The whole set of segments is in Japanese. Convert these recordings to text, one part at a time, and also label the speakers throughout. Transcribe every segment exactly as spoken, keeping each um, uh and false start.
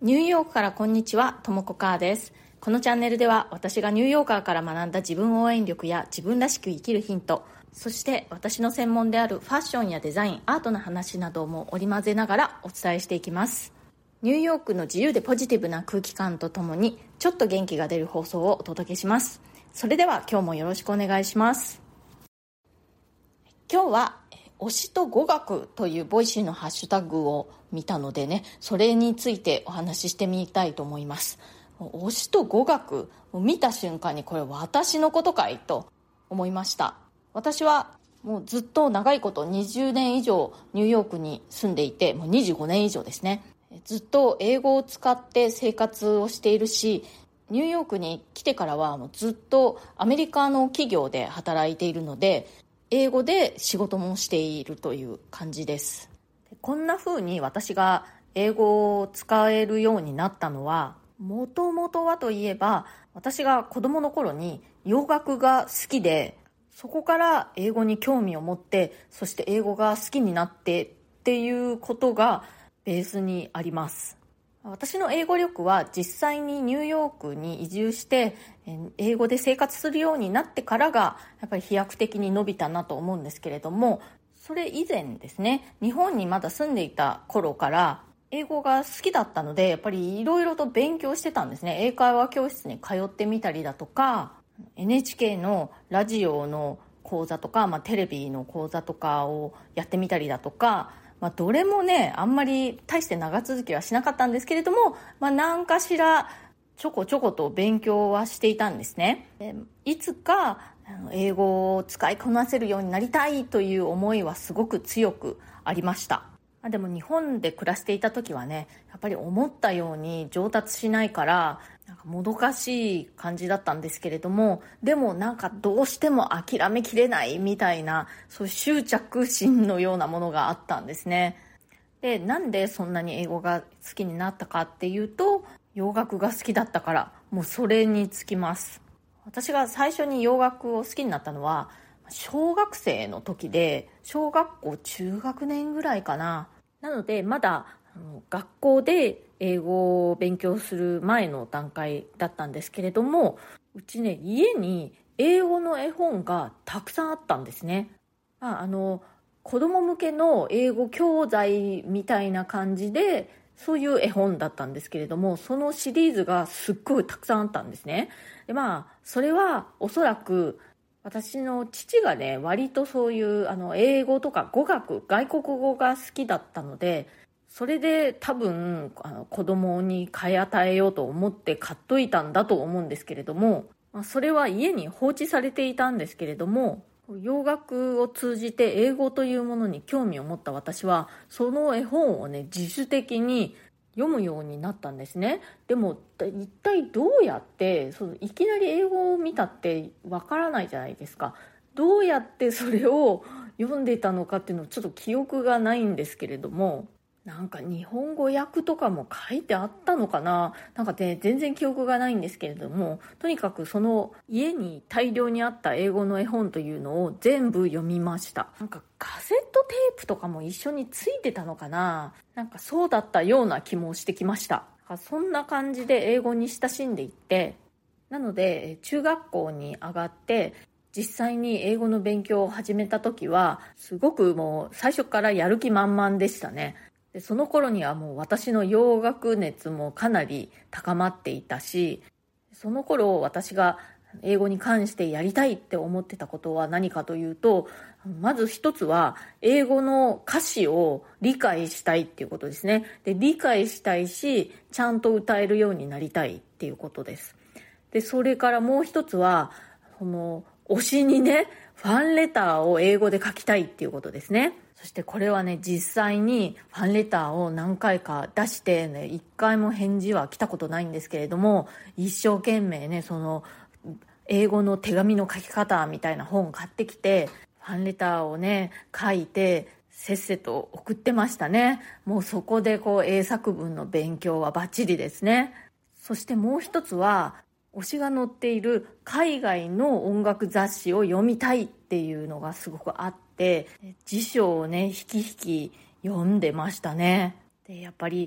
Speaker 1: ニューヨークからこんにちは、ともこかーです。このチャンネルでは私がニューヨーカーから学んだ自分応援力や自分らしく生きるヒント、そして私の専門であるファッションやデザイン、アートの話なども織り交ぜながらお伝えしていきます。ニューヨークの自由でポジティブな空気感とともにちょっと元気が出る放送をお届けします。それでは今日もよろしくお願いします。今日は推しと語学というボイシーのハッシュタグを見たのでね、それについてお話ししてみたいと思います。推しと語学を見た瞬間にこれ私のことかいと思いました。私はもうずっと長いことにじゅうねん以上ニューヨークに住んでいて、もうにじゅうごねん以上ですね。ずっと英語を使って生活をしているし、ニューヨークに来てからはもうずっとアメリカの企業で働いているので、英語で仕事もしているという感じです。こんな風に私が英語を使えるようになったのは、もともとはといえば、私が子供の頃に洋楽が好きで、そこから英語に興味を持って、そして英語が好きになってっていうことがベースにあります。私の英語力は実際にニューヨークに移住して英語で生活するようになってからがやっぱり飛躍的に伸びたなと思うんですけれども、それ以前ですね、日本にまだ住んでいた頃から英語が好きだったので、やっぱりいろいろと勉強してたんですね。英会話教室に通ってみたりだとか、 エヌエイチケー のラジオの講座とか、まあ、テレビの講座とかをやってみたりだとか、まあ、どれもねあんまり大して長続きはしなかったんですけれども、まあ、何かしらちょこちょこと勉強はしていたんですね。でいつか英語を使いこなせるようになりたいという思いはすごく強くありました。でも日本で暮らしていた時はね、やっぱり思ったように上達しないからなんかもどかしい感じだったんですけれども、でもなんかどうしても諦めきれないみたいな、そういう執着心のようなものがあったんですね。で、なんでそんなに英語が好きになったかっていうと、洋楽が好きだったから、もうそれにつきます。私が最初に洋楽を好きになったのは小学生の時で、小学校中学年ぐらいかな。なのでまだ学校で英語を勉強する前の段階だったんですけれども、うちね、家に英語の絵本がたくさんあったんですね。まあ、あの子供向けの英語教材みたいな感じで、そういう絵本だったんですけれども、そのシリーズがすっごいたくさんあったんですね。で、まあそれはおそらく私の父がね、割とそういうあの英語とか語学、外国語が好きだったので、それで多分あの子供に買い与えようと思って買っといたんだと思うんですけれども、まあ、それは家に放置されていたんですけれども、洋楽を通じて英語というものに興味を持った私は、その絵本をね、自主的に読むようになったんですね。でも一体どうやって、そのいきなり英語を見たってわからないじゃないですか。どうやってそれを読んでいたのかっていうのをちょっと記憶がないんですけれども、なんか日本語訳とかも書いてあったのかな、なんかね、全然記憶がないんですけれども、とにかくその家に大量にあった英語の絵本というのを全部読みました。なんかカセットテープとかも一緒についてたのかな、なんかそうだったような気もしてきました。そんな感じで英語に親しんでいって、なので中学校に上がって実際に英語の勉強を始めた時は、すごくもう最初からやる気満々でしたね。でその頃にはもう私の洋楽熱もかなり高まっていたし、その頃私が英語に関してやりたいって思ってたことは何かというと、まず一つは英語の歌詞を理解したいっていうことですね。で理解したいし、ちゃんと歌えるようになりたいっていうことです。でそれからもう一つは、その推しにね、ファンレターを英語で書きたいっていうことですね。そしてこれはね、実際にファンレターを何回か出してね、一回も返事は来たことないんですけれども、一生懸命ね、その英語の手紙の書き方みたいな本を買ってきて、ファンレターをね書いてせっせと送ってましたね。もうそこでこう英作文の勉強はバッチリですね。そしてもう一つは、推しが載っている海外の音楽雑誌を読みたいっていうのがすごくあって、辞書をね引き引き読んでましたね。でやっぱり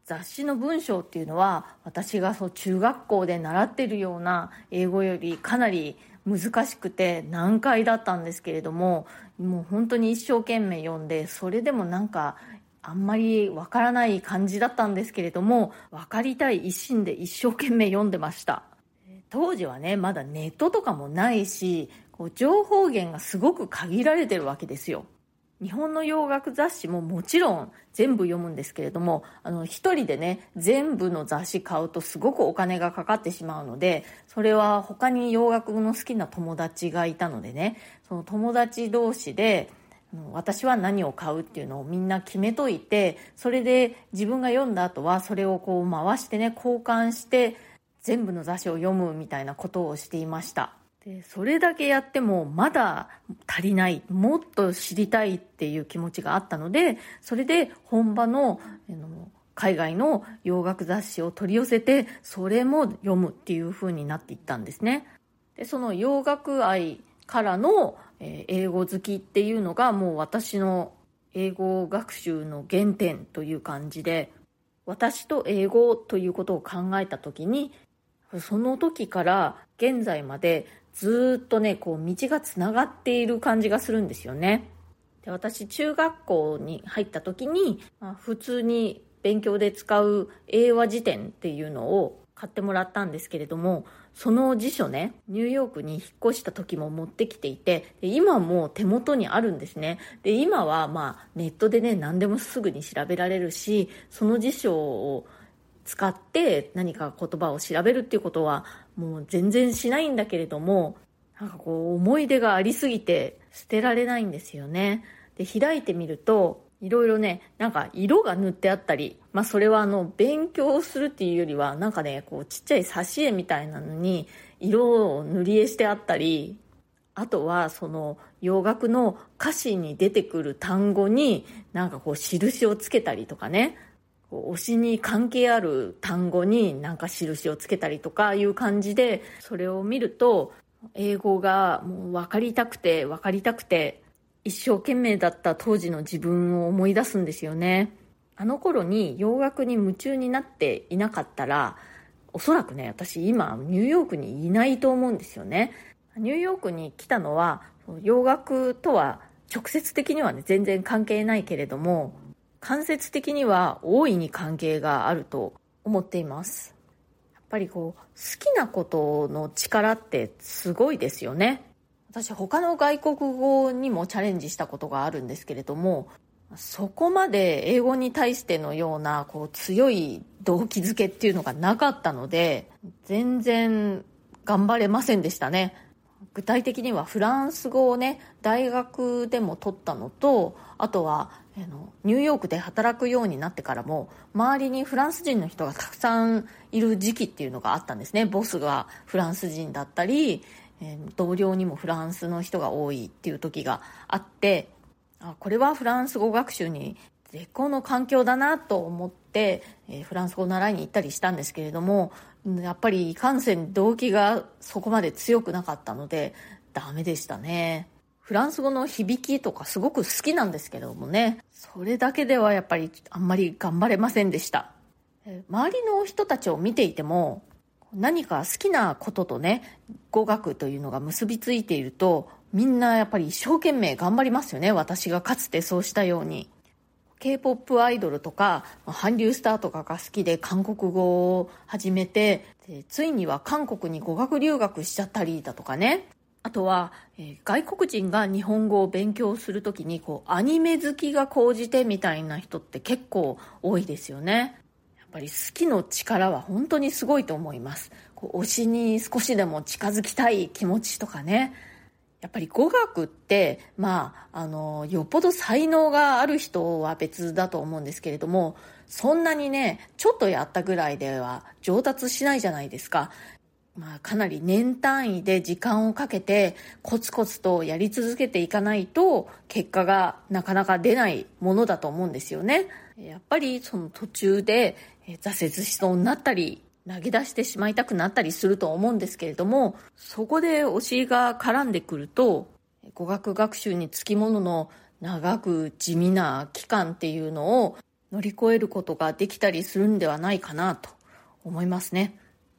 Speaker 1: 雑誌の文章っていうのは私がそう中学校で習ってるような英語よりかなり難しくて難解だったんですけれども、もう本当に一生懸命読んで、それでもなんかあんまりわからない感じだったんですけれども、わかりたい一心で一生懸命読んでました。当時はね、まだネットとかもないし、こう情報源がすごく限られてるわけですよ。日本の洋楽雑誌ももちろん全部読むんですけれども、あの一人でね全部の雑誌買うとすごくお金がかかってしまうので、それは他に洋楽の好きな友達がいたのでね、その友達同士で私は何を買うっていうのをみんな決めといて、それで自分が読んだ後はそれをこう回してね交換して全部の雑誌を読むみたいなことをしていました。でそれだけやってもまだ足りない、もっと知りたいっていう気持ちがあったので、それで本場のあの海外の洋楽雑誌を取り寄せてそれも読むっていう風になっていったんですね。でその洋楽愛からの、えー、英語好きっていうのがもう私の英語学習の原点という感じで、私と英語ということを考えた時に、その時から現在までずっとねこう道がつながっている感じがするんですよね。で私中学校に入った時に、まあ、普通に勉強で使う英和辞典っていうのを買ってもらったんですけれども、その辞書ねニューヨークに引っ越した時も持ってきていて、で今も手元にあるんですね。で今はまあネットでね何でもすぐに調べられるし、その辞書を使って何か言葉を調べるっていうことはもう全然しないんだけれども、なんかこう思い出がありすぎて捨てられないんですよね。で開いてみるといろいろねなんか色が塗ってあったり、まあそれはあの勉強するっていうよりはなんかねこうちっちゃい挿絵みたいなのに色を塗り絵してあったり、あとはその洋楽の歌詞に出てくる単語になんかこう印をつけたりとかね、推しに関係ある単語になんか印をつけたりとかいう感じで、それを見ると英語がもう分かりたくて分かりたくて一生懸命だった当時の自分を思い出すんですよね。あの頃に洋楽に夢中になっていなかったら、おそらくね私今ニューヨークにいないと思うんですよね。ニューヨークに来たのは洋楽とは直接的にはね全然関係ないけれども、間接的には大いに関係があると思っています。やっぱりこう好きなことの力ってすごいですよね。私他の外国語にもチャレンジしたことがあるんですけれども、そこまで英語に対してのようなこう強い動機づけっていうのがなかったので、全然頑張れませんでしたね。具体的にはフランス語をね大学でも取ったのと、あとはあのニューヨークで働くようになってからも周りにフランス人の人がたくさんいる時期っていうのがあったんですね。ボスがフランス人だったり、えー、同僚にもフランスの人が多いっていう時があって、あこれはフランス語学習に絶好の環境だなと思って、えー、フランス語を習いに行ったりしたんですけれども、やっぱりいかんせん動機がそこまで強くなかったのでダメでしたね。フランス語の響きとかすごく好きなんですけどもね、それだけではやっぱりあんまり頑張れませんでした。周りの人たちを見ていても何か好きなこととね語学というのが結びついていると、みんなやっぱり一生懸命頑張りますよね。私がかつてそうしたように。K-ポップ アイドルとか韓流スターとかが好きで韓国語を始めて、でついには韓国に語学留学しちゃったりだとかね、あとは、えー、外国人が日本語を勉強するときにこうアニメ好きが高じてみたいな人って結構多いですよね。やっぱり好きの力は本当にすごいと思います。こう推しに少しでも近づきたい気持ちとかね、やっぱり語学ってまああのよっぽど才能がある人は別だと思うんですけれども、そんなにねちょっとやったぐらいでは上達しないじゃないですか。まあかなり年単位で時間をかけてコツコツとやり続けていかないと結果がなかなか出ないものだと思うんですよね。やっぱりその途中で挫折しそうになったり投げ出してしまいたくなったりすると思うんですけれども、そこで推しが絡んでくると語学学習につきものの長く地味な期間っていうのを乗り越えることができたりするんではないかなと思いますね。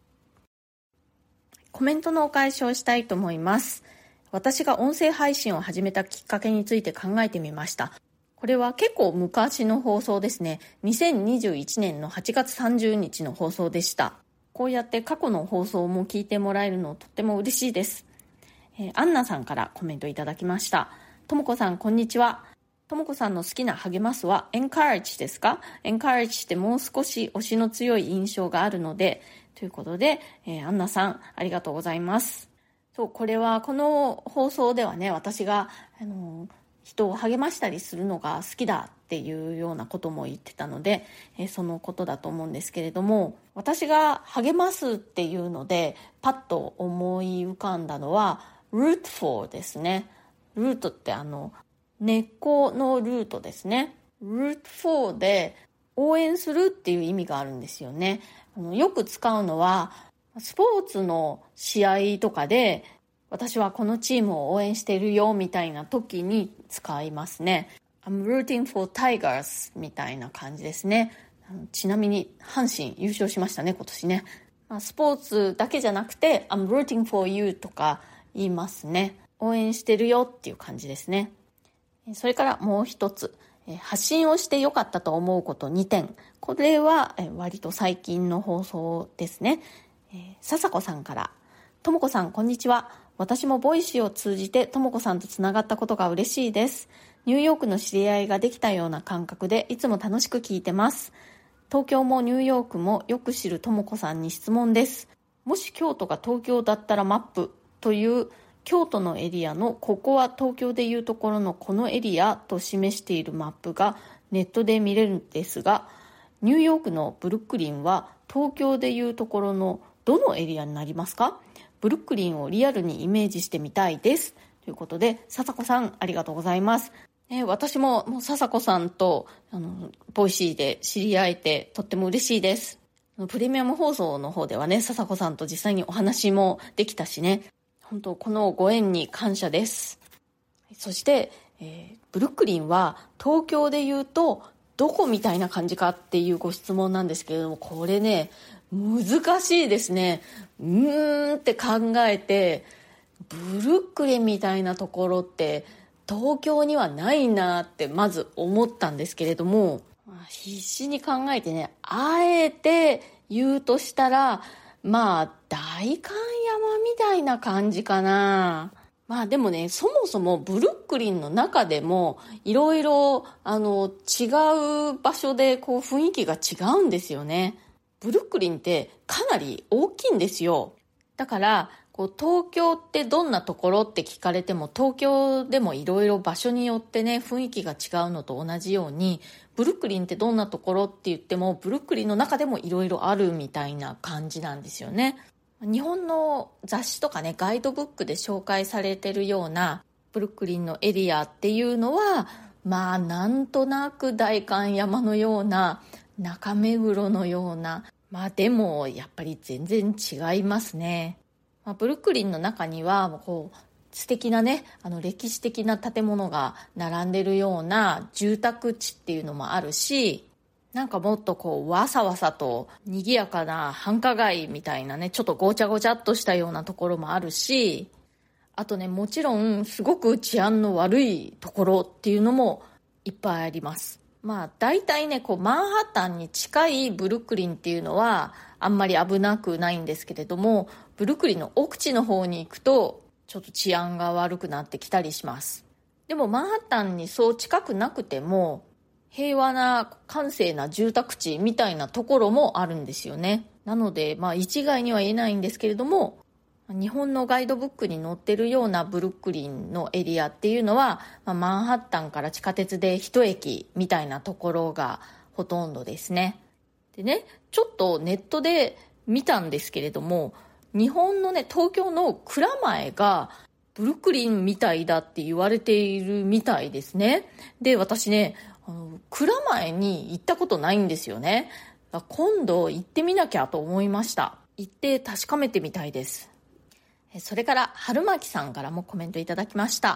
Speaker 1: コメントのお返しをしたいと思います。私が音声配信を始めたきっかけについて考えてみました。これは結構昔の放送ですね。にせんにじゅういちねんのはちがつさんじゅうにちの放送でした。こうやって過去の放送も聞いてもらえるのとっても嬉しいです。えー、アンナさんからコメントいただきました。ともこさん、こんにちは。ともこさんの好きな励ますはエンカレッジですか？エンカレッジってもう少し推しの強い印象があるので、ということで、えー、アンナさんありがとうございます。そう、これはこの放送ではね、私が、あのー、人を励ましたりするのが好きだっていうようなことも言ってたので、えー、そのことだと思うんですけれども、私が励ますっていうのでパッと思い浮かんだのは root for ですね。ルートってあの根っこのルートですね。root for で応援するっていう意味があるんですよね。あのよく使うのはスポーツの試合とかで、私はこのチームを応援しているよみたいな時に使いますね。I'm rooting for Tigers みたいな感じですね。ちなみに阪神優勝しましたね、今年ね。まあ、スポーツだけじゃなくて I'm rooting for you とか言いますね。応援してるよっていう感じですね。それからもう一つ、発信をしてよかったと思うことにてん。これは割と最近の放送ですね。笹子さんから、ともこさんこんにちは。私もボイシーを通じてともこさんとつながったことが嬉しいです。ニューヨークの知り合いができたような感覚でいつも楽しく聞いてます。東京もニューヨークもよく知るともこさんに質問です。もし京都が東京だったらマップという京都のエリアのここは東京でいうところのこのエリアと示しているマップがネットで見れるんですが、ニューヨークのブルックリンは東京でいうところのどのエリアになりますか？ブルックリンをリアルにイメージしてみたいですということで、笹子さんありがとうございます。えー、私ももう笹子さんとあのボイシーで知り合えてとっても嬉しいです。プレミアム放送の方ではね、笹子さんと実際にお話もできたしね、本当このご縁に感謝です。そして、えー、ブルックリンは東京で言うとどこみたいな感じかっていうご質問なんですけれども、これね難しいですね。うーんって考えて、ブルックリンみたいなところって東京にはないなってまず思ったんですけれども、必死に考えてね、あえて言うとしたら、まあ代官山みたいな感じかな。まあでもね、そもそもブルックリンの中でもいろいろあの違う場所でこう雰囲気が違うんですよね。ブルックリンってかなり大きいんですよ。だからこう東京ってどんなところって聞かれても、東京でもいろいろ場所によってね雰囲気が違うのと同じように、ブルックリンってどんなところって言ってもブルックリンの中でもいろいろあるみたいな感じなんですよね。日本の雑誌とかねガイドブックで紹介されてるようなブルックリンのエリアっていうのは、まあなんとなく代官山のような、中目黒のような、まあでもやっぱり全然違いますね。まあ、ブルックリンの中にはこう素敵なね、あの歴史的な建物が並んでるような住宅地っていうのもあるし、なんかもっとこうわさわさと賑やかな繁華街みたいなね、ちょっとごちゃごちゃっとしたようなところもあるし、あとね、もちろんすごく治安の悪いところっていうのもいっぱいあります。まあ大体ね、こうマンハッタンに近いブルックリンっていうのはあんまり危なくないんですけれども、ブルックリンの奥地の方に行くとちょっと治安が悪くなってきたりします。でもマンハッタンにそう近くなくても平和な閑静な住宅地みたいなところもあるんですよね。なのでまあ一概には言えないんですけれども、日本のガイドブックに載ってるようなブルックリンのエリアっていうのは、まあ、マンハッタンから地下鉄で一駅みたいなところがほとんどですね。でね、ちょっとネットで見たんですけれども、日本のね、東京の蔵前がブルックリンみたいだって言われているみたいですね。で、私ね、あの蔵前に行ったことないんですよね。今度行ってみなきゃと思いました。行って確かめてみたいです。それから春巻さんからもコメントいただきました。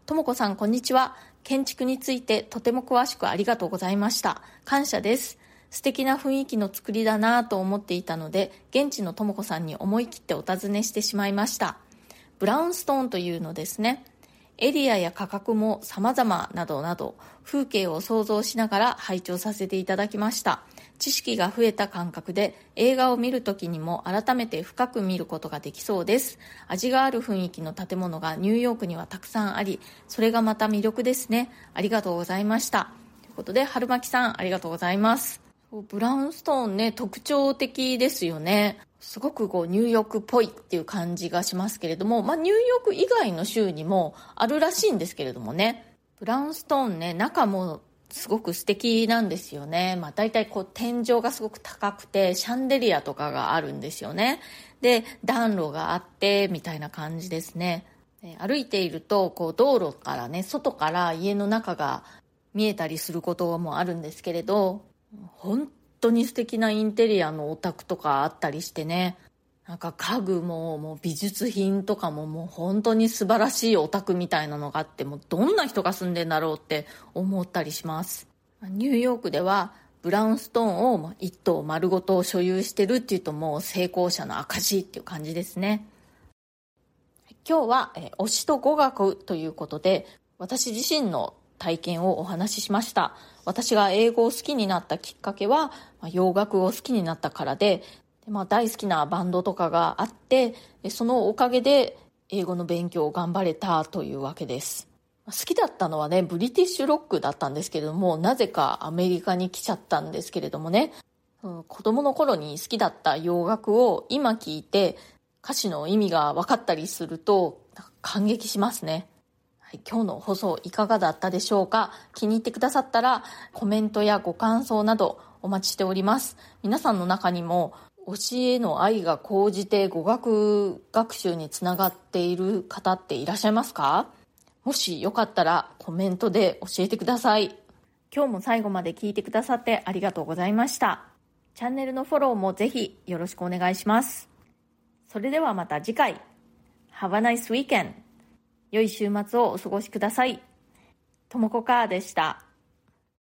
Speaker 1: ともこさん、こんにちは。建築についてとても詳しくありがとうございました。感謝です。素敵な雰囲気の作りだなぁと思っていたので、現地のともこさんに思い切ってお尋ねしてしまいました。ブラウンストーンというのですね。エリアや価格も様々などなど、風景を想像しながら拝聴させていただきました。知識が増えた感覚で映画を見るときにも改めて深く見ることができそうです。味がある雰囲気の建物がニューヨークにはたくさんあり、それがまた魅力ですね。ありがとうございました。ということで、春巻さんありがとうございます。ブラウンストーンね、特徴的ですよね。すごくこうニューヨークっぽいっていう感じがしますけれども、まあニューヨーク以外の州にもあるらしいんですけれどもね。ブラウンストーンね、中もすごく素敵なんですよね。まあ大体こう天井がすごく高くて、シャンデリアとかがあるんですよね。で、暖炉があってみたいな感じですね。歩いているとこう道路からね、外から家の中が見えたりすることもあるんですけれど、本当に素敵なインテリアのお宅とかあったりしてね、なんか家具ももう美術品とかももう本当に素晴らしいお宅みたいなのがあって、もうどんな人が住んでんだろうって思ったりします。ニューヨークではブラウンストーンを一棟丸ごと所有してるっていうと、もう成功者の証っていう感じですね。今日はえ推しと語学ということで、私自身の体験をお話ししました。私が英語を好きになったきっかけは、まあ、洋楽を好きになったからで、で、まあ、大好きなバンドとかがあって、そのおかげで英語の勉強を頑張れたというわけです。好きだったのはね、ブリティッシュロックだったんですけれども、なぜかアメリカに来ちゃったんですけれどもね、子供の頃に好きだった洋楽を今聞いて歌詞の意味が分かったりすると感激しますね。今日の放送いかがだったでしょうか。気に入ってくださったらコメントやご感想などお待ちしております。皆さんの中にも教えの愛が高じて語学学習につながっている方っていらっしゃいますか？もしよかったらコメントで教えてください。今日も最後まで聞いてくださってありがとうございました。チャンネルのフォローもぜひよろしくお願いします。それではまた次回。Have a nice weekend! 良い週末をお過ごしください。ともこかーでした。